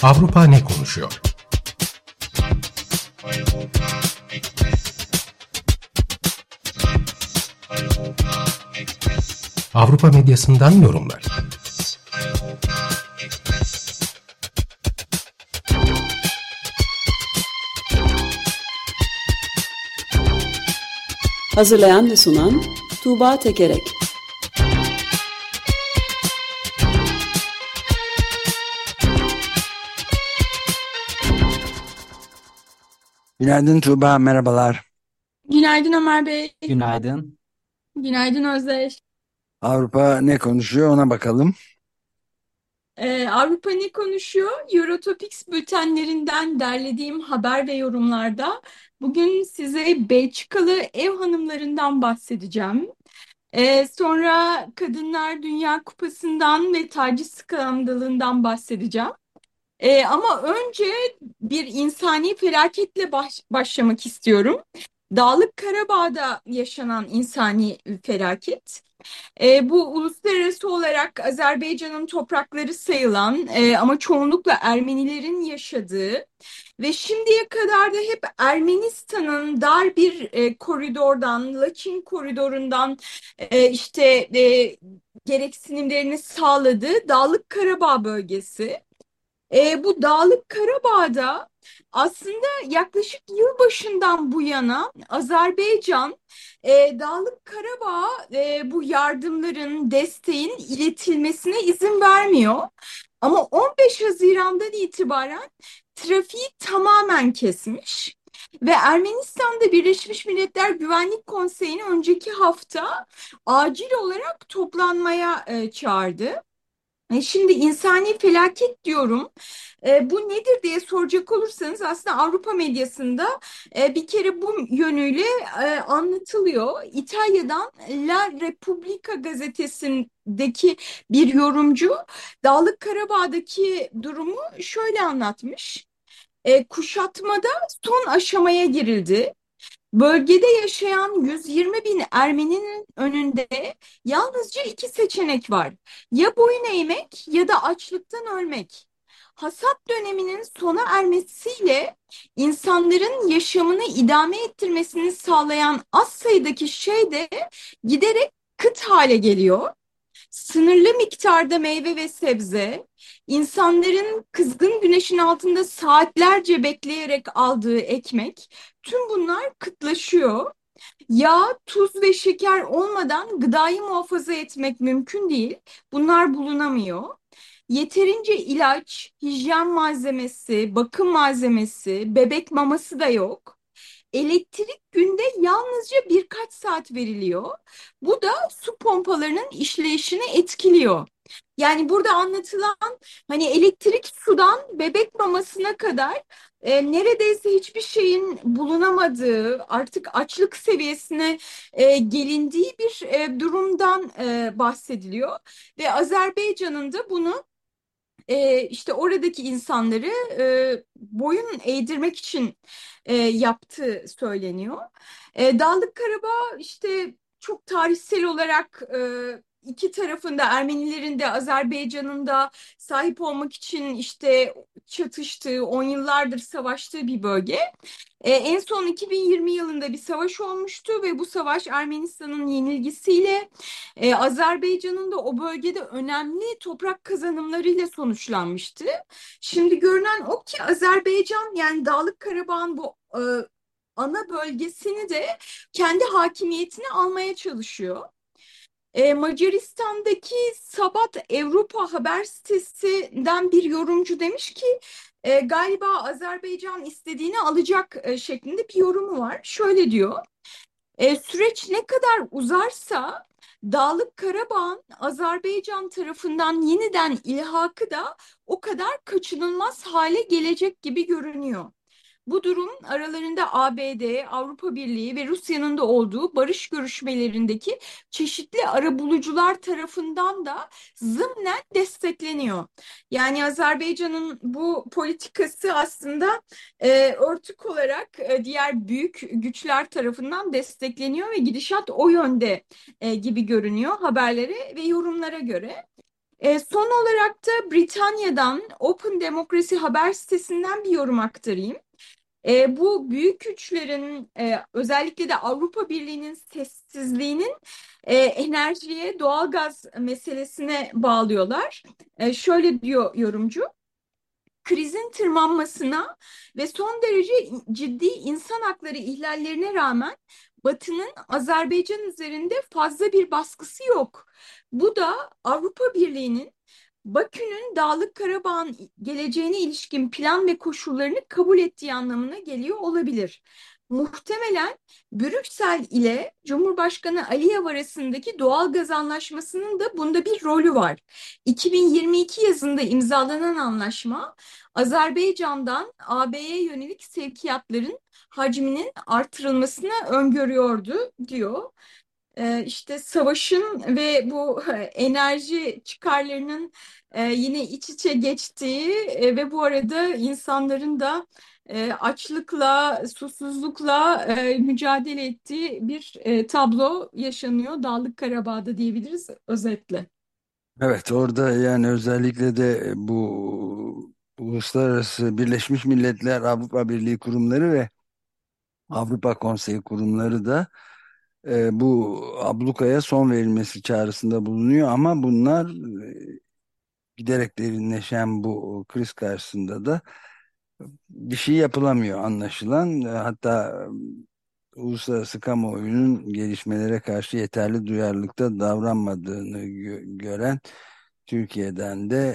Avrupa ne konuşuyor? Avrupa medyasından yorumlar. Hazırlayan ve sunan Tuğba Tekerek. Günaydın Tuğba, merhabalar. Günaydın Ömer Bey. Günaydın. Günaydın Özdeş. Avrupa ne konuşuyor ona bakalım. Avrupa ne konuşuyor? Eurotopics bültenlerinden derlediğim haber ve yorumlarda bugün size Belçikalı ev hanımlarından bahsedeceğim. Sonra Kadınlar Dünya Kupası'ndan ve taciz skandalından bahsedeceğim. Ama önce bir insani felaketle başlamak istiyorum. Dağlık Karabağ'da yaşanan insani felaket. Bu uluslararası olarak Azerbaycan'ın toprakları sayılan ama çoğunlukla Ermenilerin yaşadığı ve şimdiye kadar da hep Ermenistan'ın dar bir koridordan, Laçin koridorundan işte gereksinimlerini sağladığı Dağlık Karabağ bölgesi. Bu Dağlık Karabağ'da aslında yaklaşık yılbaşından bu yana Azerbaycan Dağlık Karabağ bu yardımların, desteğin iletilmesine izin vermiyor. Ama 15 Haziran'dan itibaren trafiği tamamen kesmiş. Ve Ermenistan'da Birleşmiş Milletler Güvenlik Konseyi'ni önceki hafta acil olarak toplanmaya çağırdı. Şimdi insani felaket diyorum. Bu nedir diye soracak olursanız aslında Avrupa medyasında bir kere bu yönüyle anlatılıyor. İtalya'dan La Repubblica gazetesindeki bir yorumcu Dağlık Karabağ'daki durumu şöyle anlatmış. Kuşatmada son aşamaya girildi. Bölgede yaşayan 120 bin Ermeninin önünde yalnızca iki seçenek var. Ya boyun eğmek ya da açlıktan ölmek. Hasat döneminin sona ermesiyle insanların yaşamını idame ettirmesini sağlayan az sayıdaki şey de giderek kıt hale geliyor. Sınırlı miktarda meyve ve sebze, insanların kızgın güneşin altında saatlerce bekleyerek aldığı ekmek, tüm bunlar kıtlaşıyor. Yağ, tuz ve şeker olmadan gıdayı muhafaza etmek mümkün değil. Bunlar bulunamıyor. Yeterince ilaç, hijyen malzemesi, bakım malzemesi, bebek maması da yok. Elektrik günde yalnızca birkaç saat veriliyor. Bu da su pompalarının işleyişini etkiliyor. Yani burada anlatılan hani elektrik, sudan bebek mamasına kadar neredeyse hiçbir şeyin bulunamadığı, artık açlık seviyesine gelindiği bir durumdan bahsediliyor. Ve Azerbaycan'ın da bunu işte oradaki insanları boyun eğdirmek için yaptığı söyleniyor. Dağlık Karabağ işte çok tarihsel olarak iki tarafında Ermenilerin de Azerbaycan'ın da sahip olmak için işte çatıştığı, 10 yıllardır savaştığı bir bölge. En son 2020 yılında bir savaş olmuştu ve bu savaş Ermenistan'ın yenilgisiyle Azerbaycan'ın da o bölgede önemli toprak kazanımlarıyla sonuçlanmıştı. Şimdi görünen o ki Azerbaycan yani Dağlık Karabağ'ın bu ana bölgesini de kendi hakimiyetine almaya çalışıyor. Macaristan'daki Sabat Avrupa haber sitesinden bir yorumcu demiş ki galiba Azerbaycan istediğini alacak şeklinde bir yorumu var. Şöyle diyor. Süreç ne kadar uzarsa Dağlık Karabağ'ın Azerbaycan tarafından yeniden ilhakı da o kadar kaçınılmaz hale gelecek gibi görünüyor. Bu durum aralarında ABD, Avrupa Birliği ve Rusya'nın da olduğu barış görüşmelerindeki çeşitli arabulucular tarafından da zımnen destekleniyor. Yani Azerbaycan'ın bu politikası aslında örtük olarak diğer büyük güçler tarafından destekleniyor ve gidişat o yönde gibi görünüyor haberlere ve yorumlara göre. Son olarak da Britanya'dan Open Demokrasi haber sitesinden bir yorum aktarayım. Bu büyük güçlerin özellikle de Avrupa Birliği'nin sessizliğinin enerjiye, doğalgaz meselesine bağlıyorlar. Şöyle diyor yorumcu. Krizin tırmanmasına ve son derece ciddi insan hakları ihlallerine rağmen Batı'nın Azerbaycan üzerinde fazla bir baskısı yok. Bu da Avrupa Birliği'nin Bakü'nün Dağlık Karabağ'ın geleceğine ilişkin plan ve koşullarını kabul ettiği anlamına geliyor olabilir. Muhtemelen Brüksel ile Cumhurbaşkanı Aliyev arasındaki doğal gaz anlaşmasının da bunda bir rolü var. 2022 yazında imzalanan anlaşma Azerbaycan'dan AB'ye yönelik sevkiyatların hacminin artırılmasını öngörüyordu diyor. İşte savaşın ve bu enerji çıkarlarının yine iç içe geçtiği ve bu arada insanların da açlıkla, susuzlukla mücadele ettiği bir tablo yaşanıyor Dağlık Karabağ'da diyebiliriz özetle. Evet, orada yani özellikle de bu uluslararası Birleşmiş Milletler, Avrupa Birliği kurumları ve Avrupa Konseyi kurumları da bu ablukaya son verilmesi çağrısında bulunuyor ama bunlar giderek derinleşen bu kriz karşısında da bir şey yapılamıyor anlaşılan. Hatta uluslararası kamuoyunun gelişmelere karşı yeterli duyarlılıkta davranmadığını gören Türkiye'den de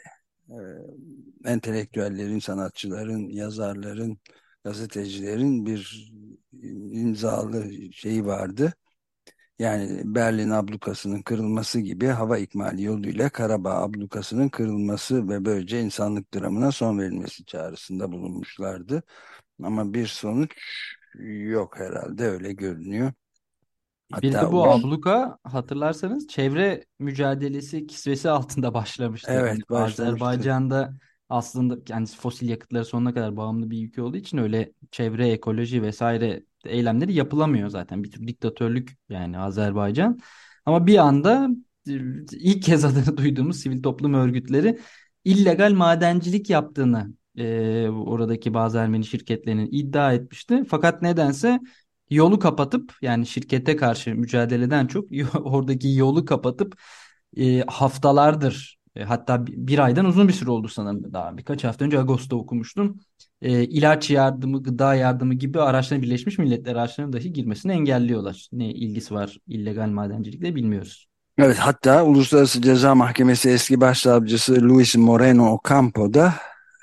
entelektüellerin, sanatçıların, yazarların, gazetecilerin bir imzalı şeyi vardı. Yani Berlin ablukasının kırılması gibi hava ikmali yoluyla Karabağ ablukasının kırılması ve böylece insanlık dramına son verilmesi çağrısında bulunmuşlardı. Ama bir sonuç yok herhalde, öyle görünüyor. Bir Hatta de bu abluka hatırlarsanız çevre mücadelesi kisvesi altında başlamıştı. Hani evet, başlamıştı. Azerbaycan'da aslında kendisi fosil yakıtlara sonuna kadar bağımlı bir ülke olduğu için öyle çevre, ekoloji vesaire eylemleri yapılamıyor zaten. Bir tür diktatörlük yani Azerbaycan. Ama bir anda e, ilk kez adını duyduğumuz sivil toplum örgütleri illegal madencilik yaptığını oradaki bazı Ermeni şirketlerinin iddia etmişti. Fakat nedense yolu kapatıp yani şirkete karşı mücadeleden çok oradaki yolu kapatıp haftalardır hatta bir aydan uzun bir süre oldu sanırım, daha birkaç hafta önce Ağustos'ta okumuştum. İlaç yardımı, gıda yardımı gibi araçların, Birleşmiş Milletler araçlarının dahi girmesini engelliyorlar. Ne ilgisi var illegal madencilikle bilmiyoruz. Evet, hatta Uluslararası Ceza Mahkemesi eski başsavcısı Luis Moreno Ocampo da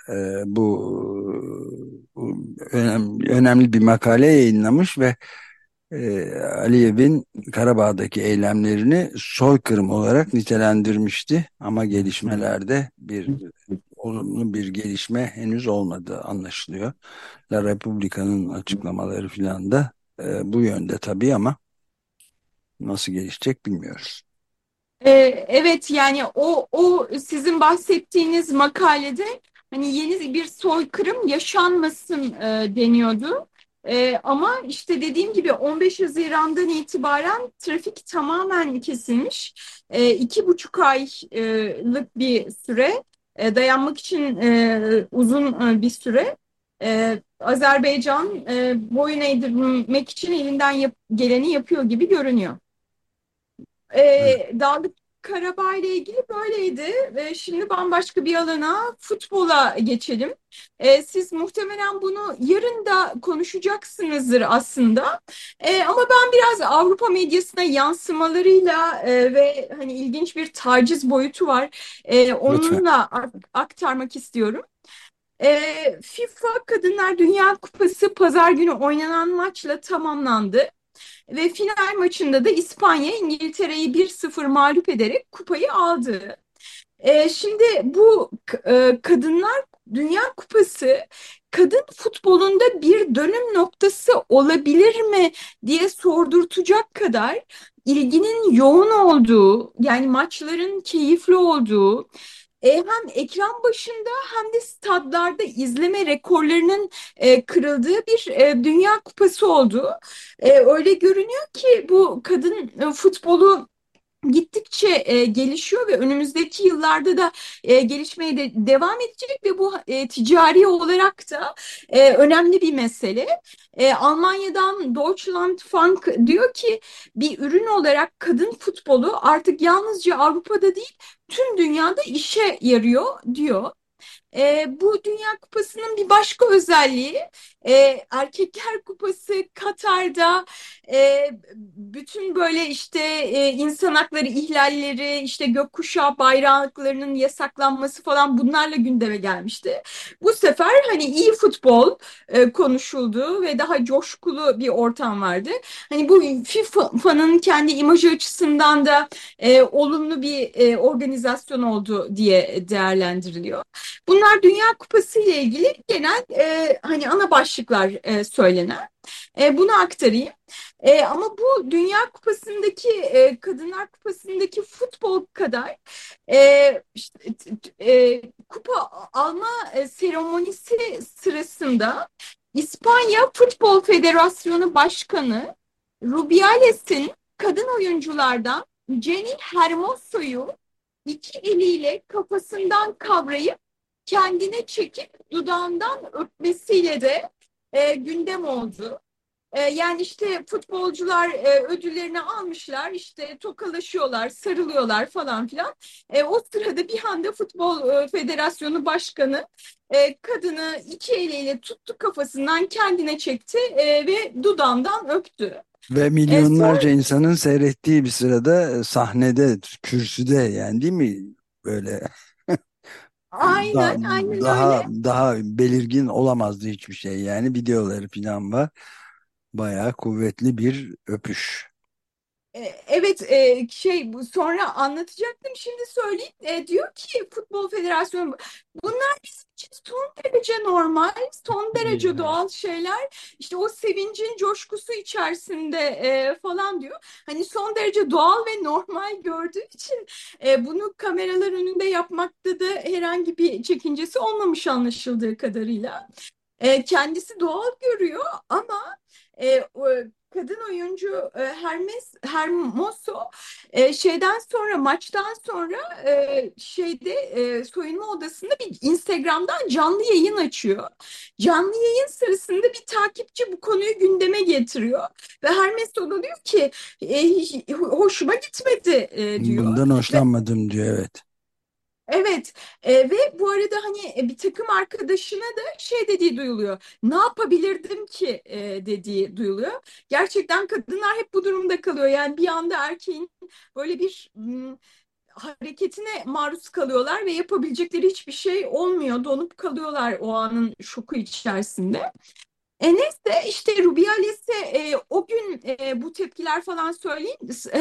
bu önemli bir makale yayınlamış ve Aliyev'in Karabağ'daki eylemlerini soykırım olarak nitelendirmişti. Ama gelişmelerde bir olumlu bir gelişme henüz olmadı anlaşılıyor. La Republica'nın açıklamaları filan da bu yönde tabii ama nasıl gelişecek bilmiyoruz. Evet yani o sizin bahsettiğiniz makalede hani yeni bir soykırım yaşanmasın deniyordu. Ama işte dediğim gibi 15 Haziran'dan itibaren trafik tamamen kesilmiş. 2,5 aylık bir süre dayanmak için uzun bir süre. Azerbaycan boyun eğdirmek için elinden geleni yapıyor gibi görünüyor. Evet. Dağlık Karabağ ile ilgili böyleydi. Ve şimdi bambaşka bir alana, futbola geçelim. Siz muhtemelen bunu yarın da konuşacaksınızdır aslında. Ama ben biraz Avrupa medyasına yansımalarıyla ve hani ilginç bir taciz boyutu var. Lütfen. Onunla aktarmak istiyorum. FIFA Kadınlar Dünya Kupası Pazar günü oynanan maçla tamamlandı. Ve final maçında da İspanya İngiltere'yi 1-0 mağlup ederek kupayı aldı. Şimdi bu Kadınlar Dünya Kupası kadın futbolunda bir dönüm noktası olabilir mi diye sordurtacak kadar ilginin yoğun olduğu, yani maçların keyifli olduğu, hem ekran başında hem de stadlarda izleme rekorlarının kırıldığı bir Dünya Kupası oldu. Öyle görünüyor ki bu kadın futbolu gittikçe gelişiyor ve önümüzdeki yıllarda da gelişmeye de devam edecek ve bu ticari olarak da önemli bir mesele. Almanya'dan Deutschlandfunk diyor ki bir ürün olarak kadın futbolu artık yalnızca Avrupa'da değil tüm dünyada işe yarıyor diyor. Bu Dünya Kupası'nın bir başka özelliği Erkekler Kupası Katar'da bütün böyle işte insan hakları ihlalleri, işte gökkuşağı bayraklarının yasaklanması falan bunlarla gündeme gelmişti. Bu sefer hani iyi futbol konuşuldu ve daha coşkulu bir ortam vardı. Hani bu FIFA'nın kendi imajı açısından da olumlu bir organizasyon oldu diye değerlendiriliyor. Bunlar Dünya Kupası ile ilgili genel hani ana başlıklar söylenen. Bunu aktarayım. Ama bu Dünya Kupası'ndaki Kadınlar Kupası'ndaki futbol kadar işte, kupa alma seremonisi sırasında İspanya Futbol Federasyonu Başkanı Rubiales'in kadın oyunculardan Jenny Hermoso'yu iki eliyle kafasından kavrayıp kendine çekip dudağından öpmesiyle de gündem oldu. Yani işte futbolcular ödüllerini almışlar, işte tokalaşıyorlar, sarılıyorlar falan filan. O sırada bir anda Futbol Federasyonu Başkanı kadını iki eliyle tuttu kafasından kendine çekti ve dudağından öptü. Ve Sonra milyonlarca insanın seyrettiği bir sırada sahnede, kürsüde, yani değil mi? Böyle da- aynen öyle. daha belirgin olamazdı hiçbir şey. Yani videoları falan var. Bayağı kuvvetli bir öpüş. Evet, şey bu sonra anlatacaktım, şimdi söyleyeyim. Diyor ki Futbol Federasyonu bunlar bizim için son derece normal, son Değil, derece evet. doğal şeyler. İşte o sevincin coşkusu içerisinde falan diyor. Hani son derece doğal ve normal gördüğü için bunu kameralar önünde yapmakta da herhangi bir çekincesi olmamış anlaşıldığı kadarıyla. Kendisi doğal görüyor ama o kadın oyuncu Hermoso şeyden sonra maçtan sonra soyunma odasında bir Instagram'dan canlı yayın açıyor. Canlı yayın sırasında bir takipçi bu konuyu gündeme getiriyor ve Hermoso da diyor ki hoşuma gitmedi diyor. Bundan Ve hoşlanmadım diyor, evet. evet, ve bu arada hani bir takım arkadaşına da şey dediği duyuluyor. Ne yapabilirdim ki dediği duyuluyor. Gerçekten kadınlar hep bu durumda kalıyor. Yani bir anda erkeğin böyle bir hareketine maruz kalıyorlar ve yapabilecekleri hiçbir şey olmuyor. Donup kalıyorlar o anın şoku içerisinde. Neyse işte Rubiales'e o gün bu tepkiler falan söyleyeyim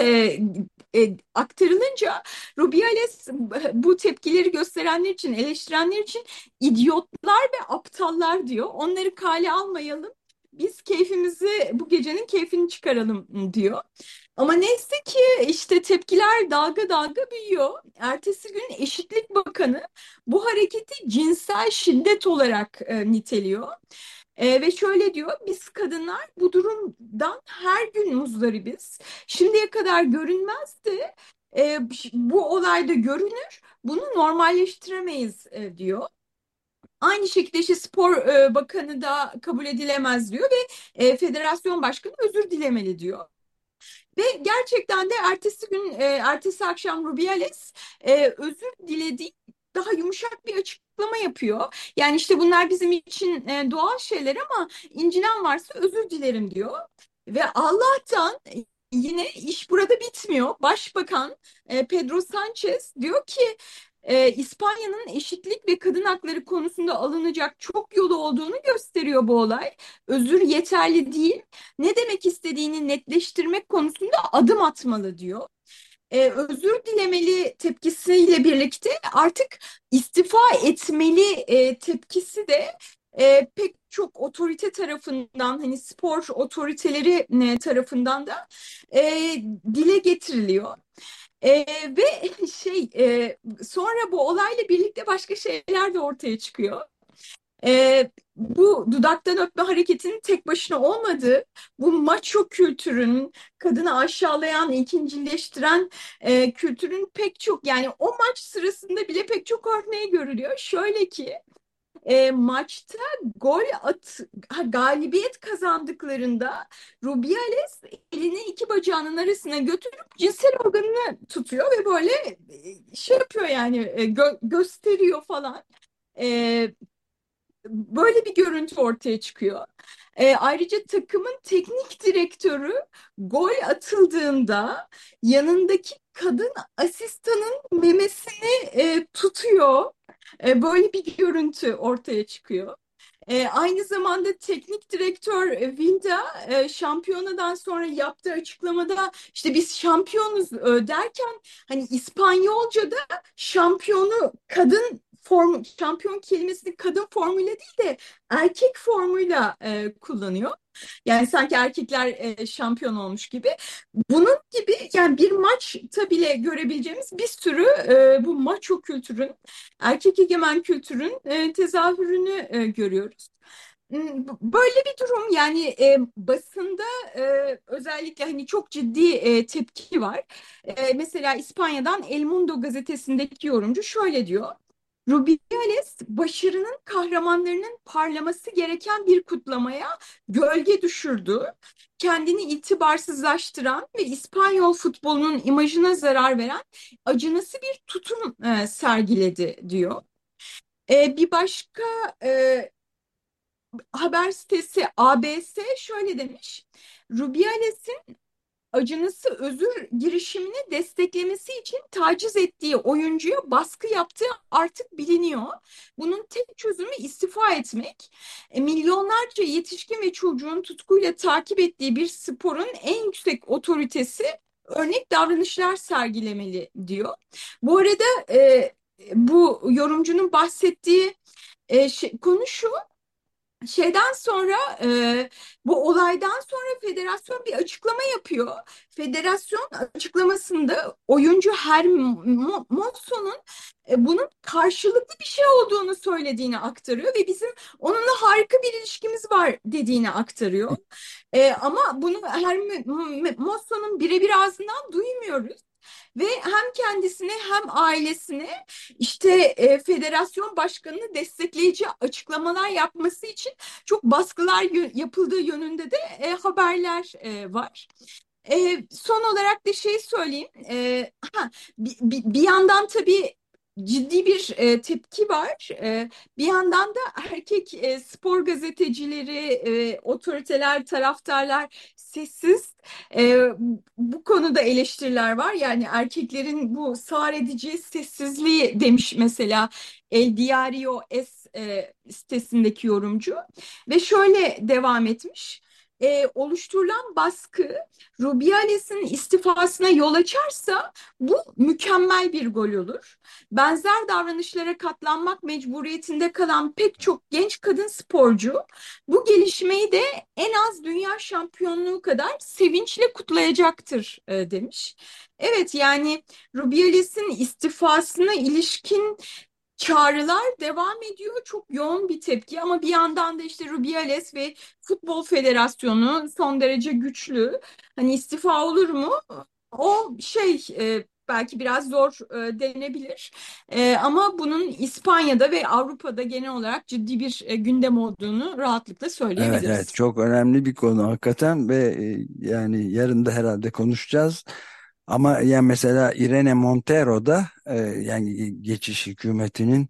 aktarılınca Rubiales bu tepkileri gösterenler için, eleştirenler için idiotlar ve aptallar diyor. Onları kale almayalım. Biz keyfimizi, bu gecenin keyfini çıkaralım diyor. Ama neyse ki işte tepkiler dalga dalga büyüyor. Ertesi gün Eşitlik Bakanı bu hareketi cinsel şiddet olarak niteliyor. Ve şöyle diyor, biz kadınlar bu durumdan her gün muzdaribiz. Şimdiye kadar görünmezdi. Bu olayda görünür. Bunu normalleştiremeyiz diyor. Aynı şekilde işte spor bakanı da kabul edilemez diyor ve federasyon başkanı özür dilemeli diyor. Ve gerçekten de ertesi akşam Rubiales özür dilediği daha yumuşak bir açıklama yapıyor. Yani işte bunlar bizim için doğal şeyler ama incinen varsa özür dilerim diyor. Ve Allah'tan yine iş burada bitmiyor. Başbakan Pedro Sanchez diyor ki İspanya'nın eşitlik ve kadın hakları konusunda alınacak çok yolu olduğunu gösteriyor bu olay. Özür yeterli değil, ne demek istediğini netleştirmek konusunda adım atmalı diyor. Özür dilemeli tepkisiyle birlikte artık istifa etmeli tepkisi de pek çok otorite tarafından, hani spor otoriteleri tarafından da dile getiriliyor. Ve sonra bu olayla birlikte başka şeyler de ortaya çıkıyor. bu dudaktan öpme hareketinin tek başına olmadığı, bu maço kültürün, kadını aşağılayan, ikincileştiren kültürün pek çok, yani o maç sırasında bile pek çok örneği görülüyor. Şöyle ki maçta galibiyet kazandıklarında Rubiales elini iki bacağının arasına götürüp cinsel organını tutuyor ve böyle şey yapıyor, yani gösteriyor falan. E, Böyle bir görüntü ortaya çıkıyor. Ayrıca takımın teknik direktörü gol atıldığında yanındaki kadın asistanın memesini tutuyor. Böyle bir görüntü ortaya çıkıyor. Aynı zamanda teknik direktör Vilda şampiyonadan sonra yaptığı açıklamada işte biz şampiyonuz derken, hani İspanyolca'da şampiyonu şampiyon kelimesini kadın formuyla değil de erkek formuyla kullanıyor. Yani sanki erkekler şampiyon olmuş gibi. Bunun gibi, yani bir maçta bile görebileceğimiz bir sürü bu maço kültürün, erkek egemen kültürün tezahürünü görüyoruz. Böyle bir durum, yani basında özellikle hani çok ciddi tepki var. Mesela İspanya'dan El Mundo gazetesindeki yorumcu şöyle diyor. Rubiales başarının kahramanlarının parlaması gereken bir kutlamaya gölge düşürdü. Kendini itibarsızlaştıran ve İspanyol futbolunun imajına zarar veren acınası bir tutum sergiledi diyor. Bir başka e, haber sitesi ABC şöyle demiş. Rubiales'in acınası özür girişimini desteklemesi için taciz ettiği oyuncuya baskı yaptığı artık biliniyor. Bunun tek çözümü istifa etmek. Milyonlarca yetişkin ve çocuğun tutkuyla takip ettiği bir sporun en yüksek otoritesi örnek davranışlar sergilemeli diyor. Bu arada bu yorumcunun bahsettiği konu şu. Şeyden sonra bu olaydan sonra federasyon bir açıklama yapıyor. Federasyon açıklamasında oyuncu Mosso'nun bunun karşılıklı bir şey olduğunu söylediğini aktarıyor ve bizim onunla harika bir ilişkimiz var dediğini aktarıyor. Ama bunu Mosso'nun birebir ağzından duymuyoruz. Ve hem kendisine hem ailesine işte federasyon başkanını destekleyici açıklamalar yapması için çok baskılar yapıldığı yönünde de haberler var. Son olarak da şey söyleyeyim. Bir yandan tabii ciddi bir tepki var. Bir yandan da erkek spor gazetecileri, otoriteler, taraftarlar sessiz. E, Bu konuda eleştiriler var. Yani erkeklerin bu sağır edici sessizliği demiş mesela El Diario Es sitesindeki yorumcu. Ve şöyle devam etmiş. Oluşturulan baskı Rubiales'in istifasına yol açarsa bu mükemmel bir gol olur. Benzer davranışlara katlanmak mecburiyetinde kalan pek çok genç kadın sporcu bu gelişmeyi de en az dünya şampiyonluğu kadar sevinçle kutlayacaktır demiş. Evet, yani Rubiales'in istifasına ilişkin çağrılar devam ediyor. Çok yoğun bir tepki, ama bir yandan da işte Rubiales ve Futbol Federasyonu son derece güçlü. Hani istifa olur mu? O belki biraz zor denebilir. Ama bunun İspanya'da ve Avrupa'da genel olarak ciddi bir gündem olduğunu rahatlıkla Evet, evet, söyleyebiliriz. çok önemli bir konu hakikaten ve yani yarın da herhalde konuşacağız. Ama yani mesela Irene Montero da yani geçiş hükümetinin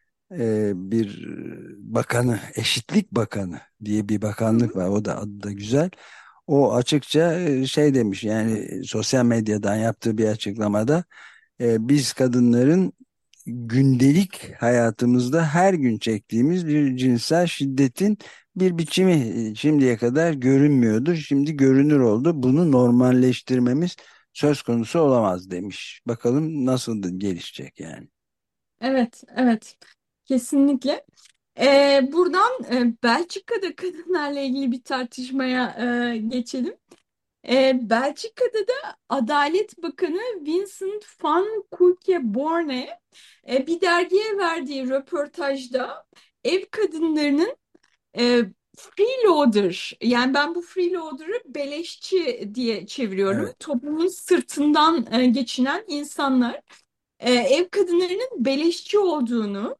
bir bakanı, eşitlik bakanı diye bir Hı bakanlık hı. var. O da adı da güzel. O açıkça şey demiş, yani sosyal medyadan yaptığı bir açıklamada biz kadınların gündelik hayatımızda her gün çektiğimiz bir cinsel şiddetin bir biçimi şimdiye kadar görünmüyordu. Şimdi görünür oldu. Bunu normalleştirmemiz söz konusu olamaz demiş. Bakalım nasıl da gelişecek yani. Evet, evet, kesinlikle. Buradan Belçika'da kadınlarla ilgili bir tartışmaya geçelim. Belçika'da da Adalet Bakanı Vincent van Quilqueborne bir dergiye verdiği röportajda ev kadınlarının E, Freeloader, yani ben bu freeloader'ı beleşçi diye çeviriyorum. Evet. Toplumun sırtından geçinen insanlar ev kadınlarının beleşçi olduğunu,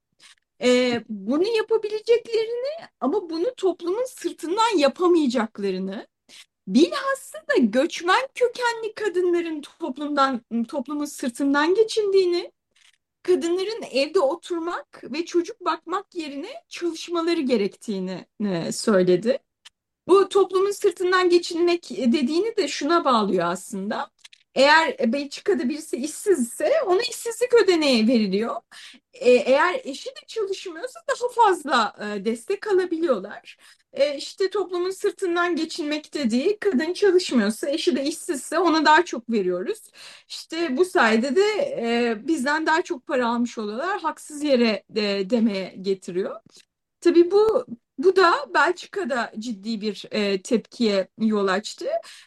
bunu yapabileceklerini ama bunu toplumun sırtından yapamayacaklarını, bilhassa da göçmen kökenli kadınların toplumun sırtından geçindiğini, kadınların evde oturmak ve çocuk bakmak yerine çalışmaları gerektiğini söyledi. Bu toplumun sırtından geçinmek dediğini de şuna bağlıyor aslında. Eğer Belçika'da birisi işsizse ona işsizlik ödeneği veriliyor. Eğer eşi de çalışmıyorsa daha fazla destek alabiliyorlar. İşte toplumun sırtından geçinmek dediği, kadın çalışmıyorsa, eşi de işsizse ona daha çok veriyoruz. İşte bu sayede de bizden daha çok para almış oluyorlar. Haksız yere demeye getiriyor. Tabii bu da Belçika'da ciddi bir tepkiye yol açtı.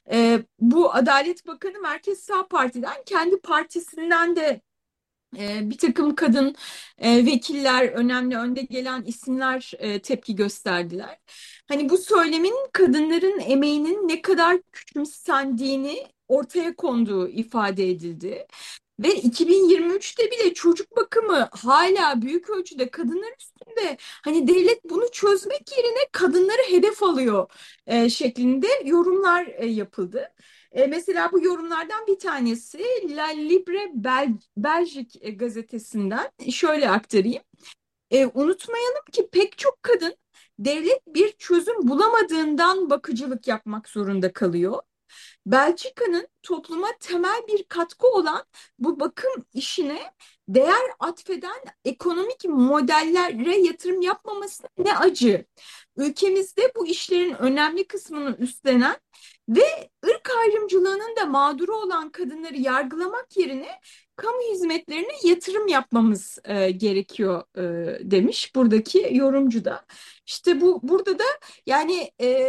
Bu Adalet Bakanı Merkez Sağ Parti'den, kendi partisinden de bir takım kadın vekiller, önemli önde gelen isimler tepki gösterdiler. Hani bu söylemin kadınların emeğinin ne kadar küçümsendiğini ortaya konduğu ifade edildi. Ve 2023'te bile çocuk bakımı hala büyük ölçüde kadınlar üstünde. Hani devlet bunu çözmek yerine kadınları hedef alıyor şeklinde yorumlar yapıldı. Mesela bu yorumlardan bir tanesi La Libre Belgique gazetesinden, şöyle aktarayım. Unutmayalım ki pek çok kadın devlet bir çözüm bulamadığından bakıcılık yapmak zorunda kalıyor. Belçika'nın topluma temel bir katkı olan bu bakım işine değer atfeden ekonomik modellere yatırım yapmaması ne acı. Ülkemizde bu işlerin önemli kısmını üstlenen ve ırk ayrımcılığının da mağduru olan kadınları yargılamak yerine kamu hizmetlerine yatırım yapmamız gerekiyor demiş buradaki yorumcu da. İşte burada da yani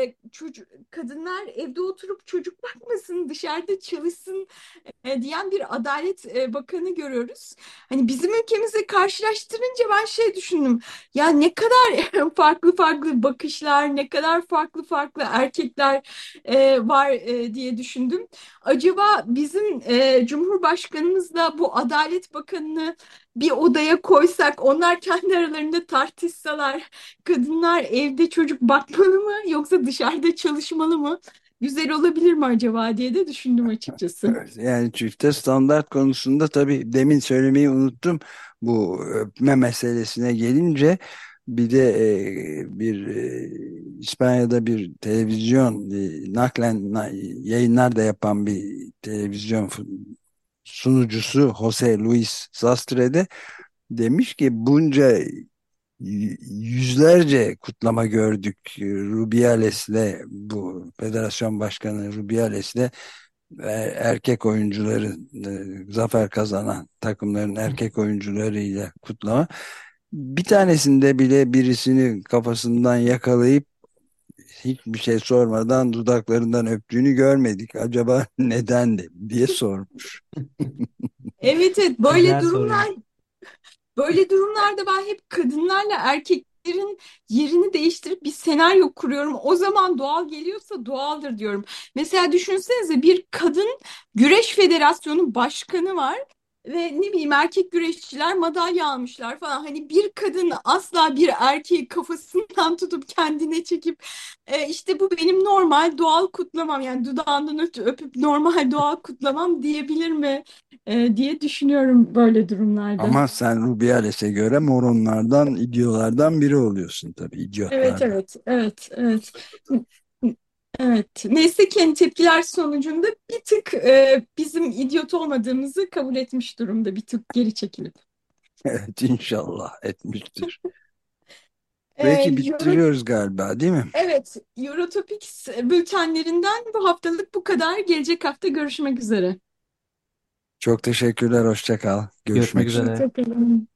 kadınlar evde oturup çocuk bakmasın, dışarıda çalışsın diyen bir Adalet Bakanı görüyoruz. Hani bizim ülkemizle karşılaştırınca ben şey düşündüm. Ya ne kadar farklı farklı bakışlar, ne kadar farklı farklı erkekler var diye düşündüm. Acaba bizim Cumhurbaşkanımızla bu Adalet Bakanı'nı bir odaya koysak, onlar kendi aralarında tartışsalar, kadınlar evde çocuk bakmalı mı yoksa dışarıda çalışmalı mı? Güzel olabilir mi acaba diye de düşündüm açıkçası. Evet, yani çifte standart konusunda tabii demin söylemeyi unuttum. Bu öpme meselesine gelince bir de İspanya'da bir televizyon naklen yayınlar da yapan bir televizyon sunucusu Jose Luis Sastre de demiş ki bunca yüzlerce kutlama gördük Rubiales'le, bu federasyon başkanı Rubiales'le ve erkek oyuncuları, zafer kazanan takımların erkek oyuncularıyla kutlama. Bir tanesinde bile birisini kafasından yakalayıp hiçbir şey sormadan dudaklarından öptüğünü görmedik. Acaba neden de diye sormuş. Evet, evet, Güzel soru. böyle durumlarda ben hep kadınlarla erkeklerin yerini değiştirip bir senaryo kuruyorum. O zaman doğal geliyorsa doğaldır diyorum. Mesela düşünsenize, bir kadın güreş federasyonu başkanı var. Ve ne bileyim, erkek güreşçiler madalya almışlar falan. Hani bir kadın asla bir erkeği kafasından tutup kendine çekip işte bu benim normal doğal kutlamam, yani dudağından öpüp normal doğal kutlamam diyebilir mi diye düşünüyorum böyle durumlarda. Ama sen Rubiales'e göre moronlardan, idiolardan biri oluyorsun tabii, Evet, idiotlardan. evet, evet, evet. Evet. Neyse ki hani tepkiler sonucunda bir tık bizim idiot olmadığımızı kabul etmiş durumda, bir tık geri çekilip. Evet, inşallah etmiştir. E, Peki Euro, bitiriyoruz galiba, değil mi? evet, Eurotopics bültenlerinden bu haftalık bu kadar. Gelecek hafta görüşmek üzere. Çok teşekkürler. Hoşça kal. Görüşmek Görüşmek üzere. üzere. Hoşçakalın.